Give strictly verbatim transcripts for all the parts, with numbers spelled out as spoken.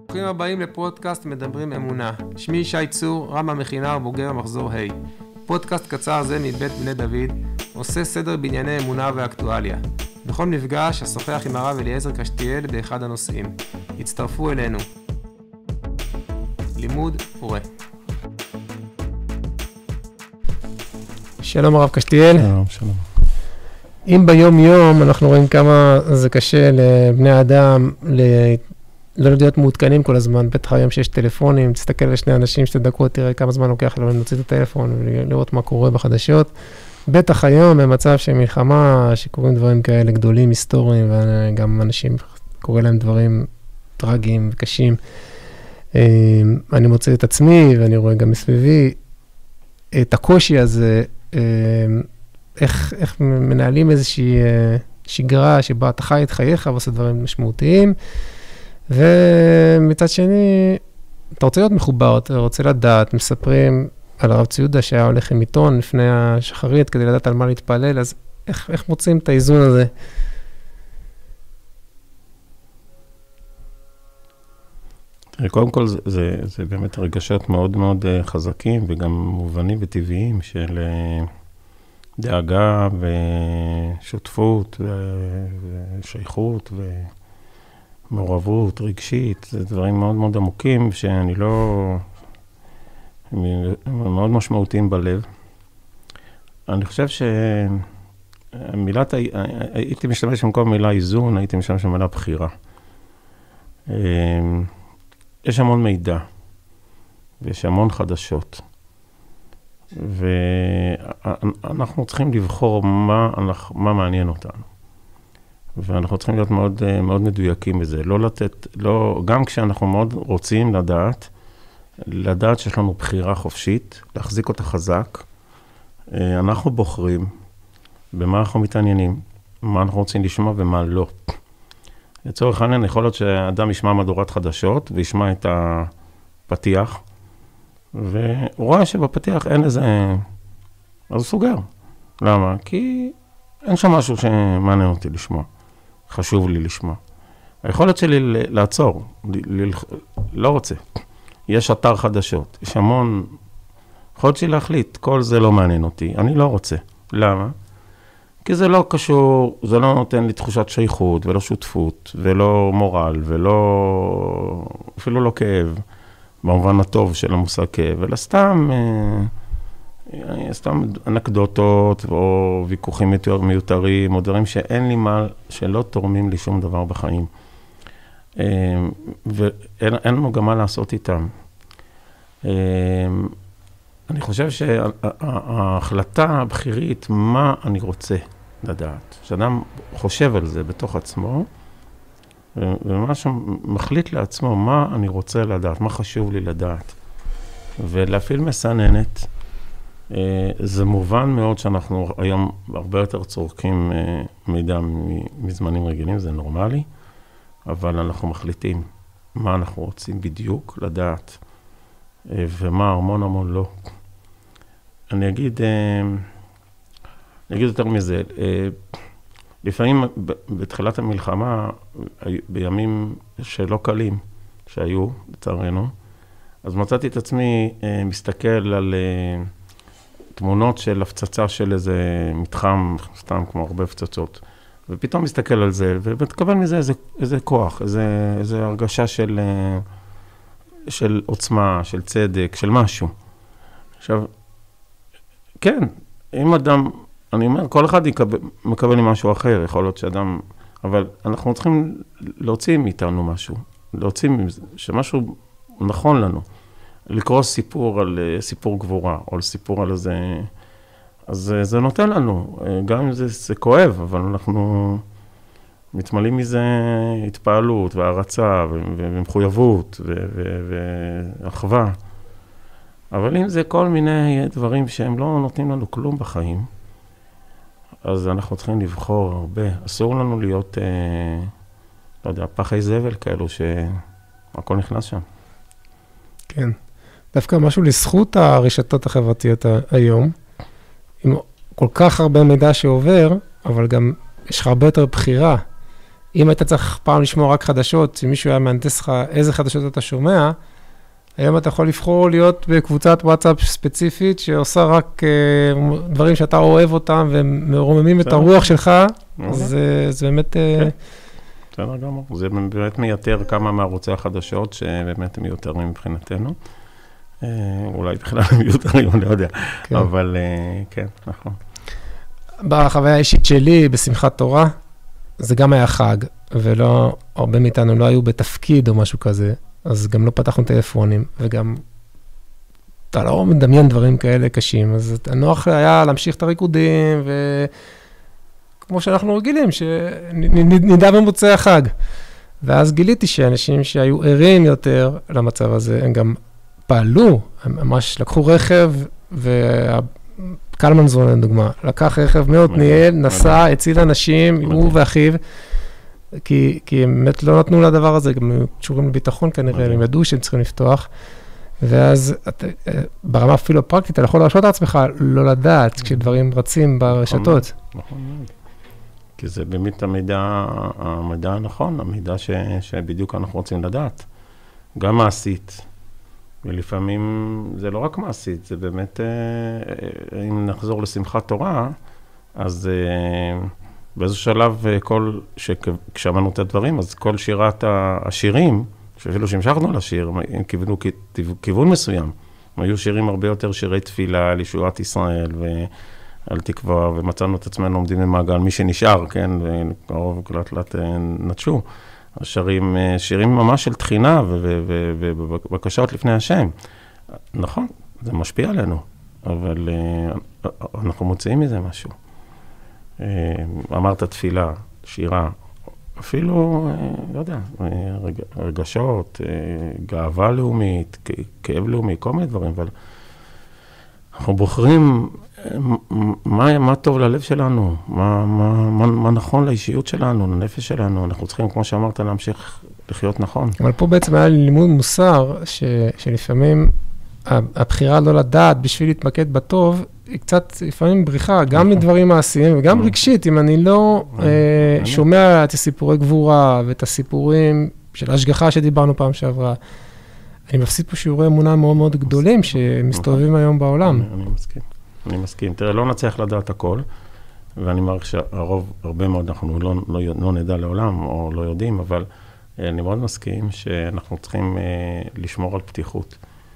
ברוכים הבאים לפודקאסט מדברים אמונה. שמי שי צור, רם המכינה ובוגר המחזור ה'. פודקאסט קצר זה מבית בני דוד עושה סדר בענייני אמונה ואקטואליה. בכל מפגש אשוחח עם הרב אליעזר קשתיאל באחד הנושאים. הצטרפו אלינו. לימוד פורה. שלום הרב קשתיאל. שלום, שלום. אם ביום יום אנחנו רואים כמה זה קשה לבני אדם ל... לא להיות מעודכנים כל הזמן, בטח היום שיש טלפונים, תסתכל על שני אנשים, שתי דקות, תראה כמה זמן לוקח להם להוציא את הטלפון ולראות מה קורה בחדשות. בטח היום במצב של מלחמה, שקורים דברים כאלה גדולים, היסטוריים, וגם אנשים קוראים להם דברים טרגיים וקשים. אני מוצא את עצמי, ואני רואה גם מסביבי, את הקושי הזה, איך, איך מנהלים איזושהי שגרה שבה אתה חי את חייך ועושה דברים משמעותיים, ומצד שני, אתה רוצה להיות מחובר, אתה רוצה לדעת, מספרים על הרב ציודה שהיה הולך עם עיתון לפני השחרית כדי לדעת על מה להתפלל, אז איך, איך מוצאים את האיזון הזה? קודם כל, זה, זה, זה באמת רגשות מאוד מאוד חזקים וגם מובנים וטבעיים של דאגה ושותפות ושייכות ו... מעורבות, רגשית, זה דברים מאוד מאוד עמוקים שאני לא... הם מאוד משמעותיים בלב. אני חושב שמילת... הייתי משתמש במקום מילה איזון, הייתי משתמש במילה בחירה. יש המון מידע, ויש המון חדשות, ואנחנו צריכים לבחור מה, מה מעניין אותנו. ואנחנו צריכים להיות מאוד, מאוד מדויקים בזה. לא לתת, לא, גם כשאנחנו מאוד רוצים לדעת, לדעת שיש לנו בחירה חופשית, להחזיק אותה חזק, אנחנו בוחרים במה אנחנו מתעניינים, מה אנחנו רוצים לשמוע ומה לא. לצורך העניין, יכול להיות שאדם ישמע מדורת חדשות, וישמע את הפתיח, והוא רואה שבפתיח אין איזה... אז הוא סוגר. למה? כי אין שם משהו שמעניין אותי לשמוע. חשוב לי לשמוע. היכולת שלי לעצור, ל- לא רוצה. יש אתר חדשות, יש המון... יכולת שלי להחליט, כל זה לא מעניין אותי, אני לא רוצה. למה? כי זה לא קשור, זה לא נותן לי תחושת שייכות, ולא שותפות, ולא מורל, ולא... אפילו לא כאב, במובן הטוב של המושג כאב, אלא סתם... סתם אנקדוטות או ויכוחים מיותרים או דברים שאין לי מה, שלא תורמים לי שום דבר בחיים. ואין לנו גם מה לעשות איתם. אני חושב שההחלטה הבחירית, מה אני רוצה לדעת, שאדם חושב על זה בתוך עצמו, וממש מחליט לעצמו מה אני רוצה לדעת, מה חשוב לי לדעת. ולהפעיל מסננת, זה מובן מאוד שאנחנו היום הרבה יותר צורכים מידע מזמנים רגילים, זה נורמלי, אבל אנחנו מחליטים מה אנחנו רוצים בדיוק לדעת, ומה המון המון לא. אני אגיד, אני אגיד יותר מזה, לפעמים בתחילת המלחמה, בימים שלא קלים שהיו, לצערנו, אז מצאתי את עצמי מסתכל על... תמונות של הפצצה של איזה מתחם, סתם כמו הרבה פצצות, ופתאום מסתכל על זה, ומתקבל מזה איזה, איזה כוח, איזה, איזה הרגשה של, של עוצמה, של צדק, של משהו. עכשיו, כן, אם אדם, אני אומר, כל אחד יקבל, מקבל לי משהו אחר, יכול להיות שאדם, אבל אנחנו צריכים להוציא מאיתנו משהו, להוציא מזה, שמשהו נכון לנו. לקרוא סיפור על סיפור גבורה, או על סיפור על איזה... אז זה נותן לנו, גם אם זה, זה כואב, אבל אנחנו מתמלאים מזה התפעלות והערצה ומחויבות ואחווה. אבל אם זה כל מיני דברים שהם לא נותנים לנו כלום בחיים, אז אנחנו צריכים לבחור הרבה. אסור לנו להיות, לא יודע, פחי זבל כאלו שהכל נכנס שם. כן. דווקא משהו לזכות הרשתות החברתיות היום, עם כל כך הרבה מידע שעובר, אבל גם יש לך הרבה יותר בחירה. אם היית צריך פעם לשמוע רק חדשות, אם מישהו היה מהנדס לך איזה חדשות אתה שומע, היום אתה יכול לבחור להיות בקבוצת וואטסאפ ספציפית, שעושה רק uh, דברים שאתה אוהב אותם, ומרוממים את הרוח שלך, אז uh, זה באמת... כן, בסדר גמור. זה באמת מייתר כמה מערוצי החדשות, שבאמת הם מיותרים מבחינתנו. אולי בכלל הם מיותרים, אני לא יודע. אבל כן, נכון. בחוויה האישית שלי, בשמחת תורה, זה גם היה חג, ולא, הרבה מאיתנו לא היו בתפקיד או משהו כזה, אז גם לא פתחנו טלפונים, וגם אתה לא מדמיין דברים כאלה קשים, אז הנוח היה להמשיך את הריקודים, וכמו שאנחנו רגילים, שנדע במוצאי החג. ואז גיליתי שאנשים שהיו ערים יותר למצב הזה, הם גם פעלו, הם ממש לקחו רכב, וקלמן זון, לדוגמה, לקח רכב מאוד ניהל, נסע, הציל אנשים, הוא ואחיו, כי, כי הם באמת לא נתנו לדבר הזה, גם קשורים לביטחון כנראה, הם ידעו שהם צריכים לפתוח, ואז את, ברמה אפילו הפרקטית, אתה יכול להרשות לעצמך לא לדעת, כשדברים רצים ברשתות. נכון, כי זה באמת המידע, המידע הנכון, המידע ש, שבדיוק אנחנו רוצים לדעת, גם מעשית, ולפעמים זה לא רק מעשית, זה באמת, אם נחזור לשמחת תורה, אז באיזשהו שלב, כל, כשאמרנו את הדברים, אז כל שירת השירים, שאפילו שהמשכנו לשיר, הם כיוונו כיוון מסוים. הם היו שירים הרבה יותר שירי תפילה, לישועת ישראל, ועל תקווה, ומצאנו את עצמנו עומדים במעגל, מי שנשאר, כן, וקרוב כלת לת נטשו. שירים, שירים ממש של תחינה ובקשות לפני השם. נכון, זה משפיע עלינו, אבל אנחנו מוצאים מזה משהו. אמרת תפילה, שירה, אפילו, לא יודע, רגשות, גאווה לאומית, כאב לאומי, כל מיני דברים, אבל אנחנו בוחרים מה, מה טוב ללב שלנו, מה, מה, מה, מה נכון לאישיות שלנו, לנפש שלנו. אנחנו צריכים, כמו שאמרת, להמשיך לחיות נכון. אבל פה בעצם היה לימוד מוסר, ש, שלפעמים הבחירה לא לדעת בשביל להתמקד בטוב, היא קצת לפעמים בריחה, גם מדברים מעשיים וגם רגשית. אם אני לא שומע את הסיפורי גבורה ואת הסיפורים של השגחה שדיברנו פעם שעברה, אני מפסיד פה שיעורי אמונה מאוד מאוד גדולים שמסתובבים היום בעולם. אני מסכים. אני מסכים. תראה, לא נצליח לדעת הכל, ואני מעריך שהרוב, הרבה מאוד, אנחנו לא, לא, לא נדע לעולם, או לא יודעים, אבל אני מאוד מסכים שאנחנו צריכים לשמור על פתיחות.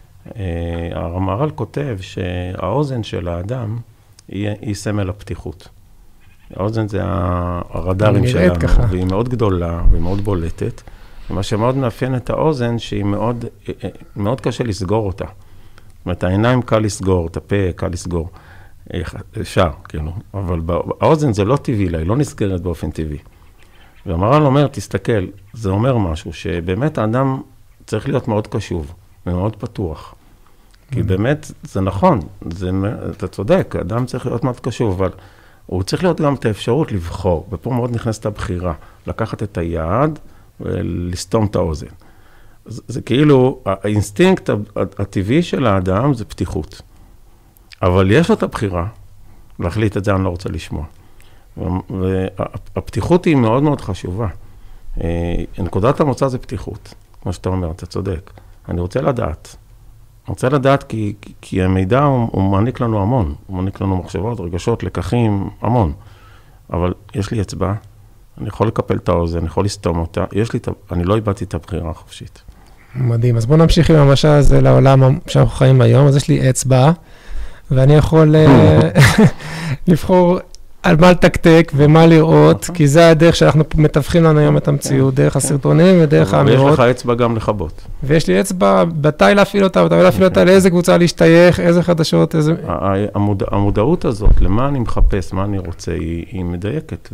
הרמ"ל כותב שהאוזן של האדם היא, היא סמל הפתיחות. האוזן זה הרדארים שלנו, ככה. והיא מאוד גדולה, והיא מאוד בולטת. ומה שמאוד מאפיין את האוזן, שהיא מאוד, מאוד קשה לסגור אותה. זאת אומרת, העיניים קל לסגור, את הפה קל לסגור. אפשר, כאילו. אבל האוזן זה לא טבעי לה, היא לא נסגרת באופן טבעי. והמר"ל אומר, תסתכל, זה אומר משהו, שבאמת האדם צריך להיות מאוד קשוב, ומאוד פתוח. כי באמת, זה נכון, זה, אתה צודק, האדם צריך להיות מאוד קשוב, אבל הוא צריך להיות גם את האפשרות לבחור, ופה מאוד נכנסת הבחירה, לקחת את היד ולסתום את האוזן. זה, זה כאילו, האינסטינקט הטבעי של האדם זה פתיחות. אבל יש לו את הבחירה, להחליט את זה אני לא רוצה לשמוע. והפתיחות היא מאוד מאוד חשובה. נקודת המוצא זה פתיחות, כמו שאתה אומר, אתה צודק. אני רוצה לדעת. אני רוצה לדעת כי, כי המידע הוא, הוא מעניק לנו המון. הוא מעניק לנו מחשבות, רגשות, לקחים, המון. אבל יש לי אצבע, אני יכול לקפל את האוזן, אני יכול לסתום אותה. יש לי, אני לא איבדתי את הבחירה החופשית. מדהים. אז בואו נמשיך עם המשל הזה לעולם שאנחנו חיים היום. אז יש לי אצבע, ואני יכול לבחור על מה לתקתק ומה לראות, כי זה הדרך שאנחנו מתווכים לנו היום את המציאות, דרך הסרטונים ודרך האמירות. ויש לך אצבע גם לחבות. ויש לי אצבע, מתי להפעיל אותה, מתי להפעיל אותה, לאיזה קבוצה להשתייך, איזה חדשות, איזה... המודעות הזאת, למה אני מחפש, מה אני רוצה, היא מדייקת.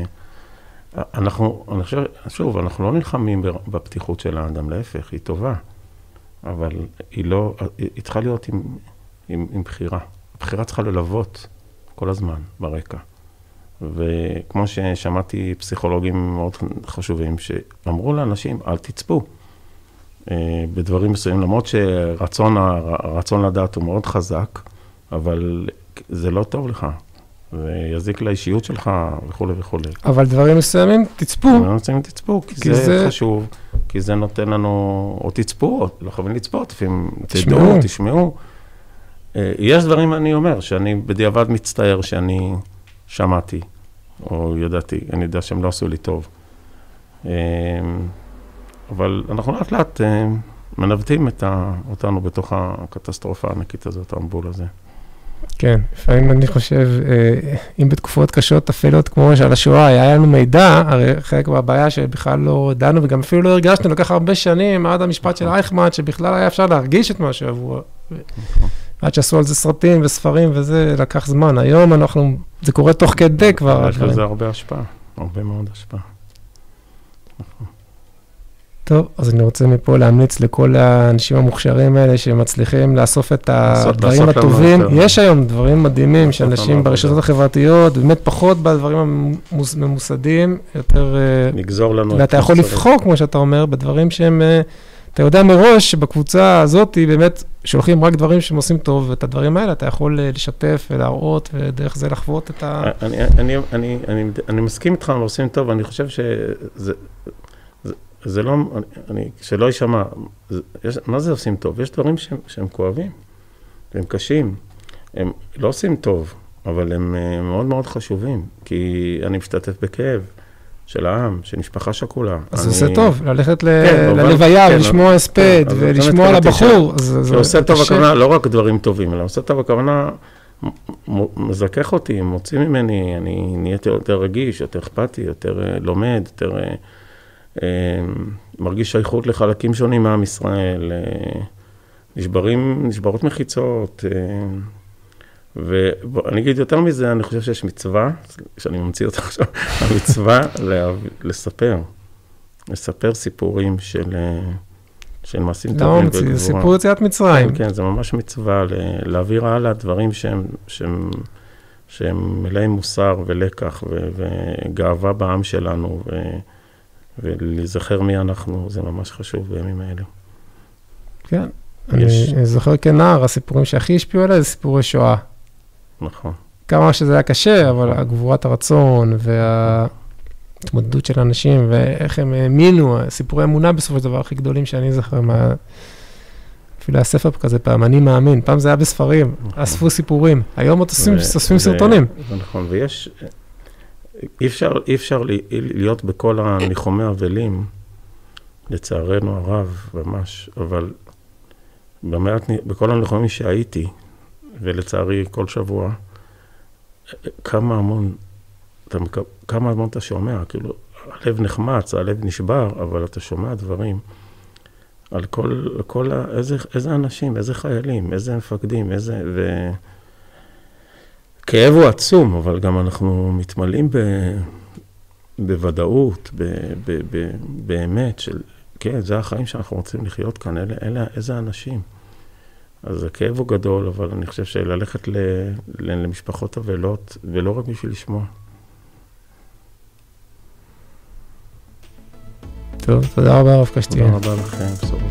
ואנחנו, אני חושב, שוב, אנחנו לא נלחמים בפתיחות של האדם, להפך, היא טובה. אבל היא לא, היא צריכה להיות עם, עם, עם בחירה. הבחירה צריכה ללוות כל הזמן ברקע. וכמו ששמעתי פסיכולוגים מאוד חשובים, שאמרו לאנשים, אל תצפו בדברים מסוימים, למרות שרצון הרצון לדעת הוא מאוד חזק, אבל זה לא טוב לך. ויזיק לאישיות שלך וכו' וכו'. אבל דברים מסוימים תצפו. דברים מסוימים תצפו, כי, כי זה, זה חשוב, כי זה נותן לנו, או תצפו, או לא חייבים לצפות, לפעמים תדעו, תשמעו. יש דברים, אני אומר, שאני בדיעבד מצטער שאני שמעתי, או ידעתי, אני יודע שהם לא עשו לי טוב. אבל אנחנו לאט לאט מנווטים אותנו בתוך הקטסטרופה הענקית הזאת, המבול הזה. כן, לפעמים אני חושב, אם בתקופות קשות אפלות כמו שעל השואה, היה לנו מידע, הרי חלק מהבעיה שבכלל לא דנו, וגם אפילו לא הרגשנו, לקח הרבה שנים, עד המשפט של אייכמן, שבכלל היה אפשר להרגיש את מה שעברו. עד שעשו על זה סרטים וספרים, וזה לקח זמן. היום אנחנו, זה קורה תוך כדי כבר. יש לזה הרבה השפעה, הרבה מאוד השפעה. טוב, אז אני רוצה מפה להמליץ לכל האנשים המוכשרים האלה שמצליחים לאסוף את הדברים הטובים. יש היום דברים מדהימים שאנשים ברשתות החברתיות, באמת פחות בדברים הממוסדים, יותר... נגזור לנו. ואתה יכול לבחור, כמו שאתה אומר, בדברים שהם... אתה יודע מראש שבקבוצה הזאת באמת שולחים רק דברים שהם עושים טוב, ואת הדברים האלה אתה יכול לשתף ולהראות, ודרך זה לחוות את ה... אני מסכים איתך, הם עושים טוב, אני חושב שזה... זה לא, אני, שלא יישמע, יש, מה זה עושים טוב? יש דברים שהם, שהם כואבים, הם קשים, הם לא עושים טוב, אבל הם, הם מאוד מאוד חשובים, כי אני משתתף בכאב של העם, של משפחה שכולה. אז זה עושה טוב, ללכת ללוויה ולשמוע הספד ולשמוע על הבחור. זה עושה טוב הכוונה, לא רק דברים טובים, אלא עושה טוב הכוונה, מזכך אותי, מוציא ממני, אני נהייתי יותר רגיש, יותר אכפתי, יותר לומד, יותר... מרגיש שייכות לחלקים שונים מעם ישראל, נשברים, נשברות מחיצות, ואני אגיד יותר מזה, אני חושב שיש מצווה, שאני ממציא אותה עכשיו, המצווה לספר, לספר סיפורים של, של מעשים טובים וגבורה. לא, סיפור יציאת מצרים. כן, כן, זה ממש מצווה, להעביר הלאה דברים שהם, שהם, שהם מלאים מוסר ולקח וגאווה בעם שלנו, ו... ולזכר מי אנחנו, זה ממש חשוב בימים האלו. כן, יש... אני זוכר כנער, הסיפורים שהכי השפיעו עליי זה סיפורי שואה. נכון. כמה שזה היה קשה, אבל הגבורת הרצון וההתמודדות של האנשים, ואיך הם האמינו, סיפורי אמונה בסופו של דבר הכי גדולים שאני זוכר, מה... אפילו הספר כזה פעם, אני מאמין, פעם זה היה בספרים, נכון. אספו סיפורים, היום עוד אוספים ו... סרטונים. זה נכון, ויש... אי אפשר, אי אפשר להיות בכל הניחומי אבלים, לצערנו הרב, ממש, אבל במעט, בכל הניחומים שהייתי, ולצערי כל שבוע, כמה המון, אתה, כמה המון אתה שומע, כאילו, הלב נחמץ, הלב נשבר, אבל אתה שומע דברים על כל, כל איזה, איזה אנשים, איזה חיילים, איזה מפקדים, איזה, ו... כאב הוא עצום, אבל גם אנחנו מתמלאים ב... בוודאות, ב... ב... ב... באמת, של... כן, זה החיים שאנחנו רוצים לחיות כאן, אלה, אלה, איזה אנשים. אז הכאב הוא גדול, אבל אני חושב שללכת ל... למשפחות אבלות, ולא רק בשביל לשמוע. טוב, תודה רבה, רב קשתיאל. תודה רבה לכם, בסוף.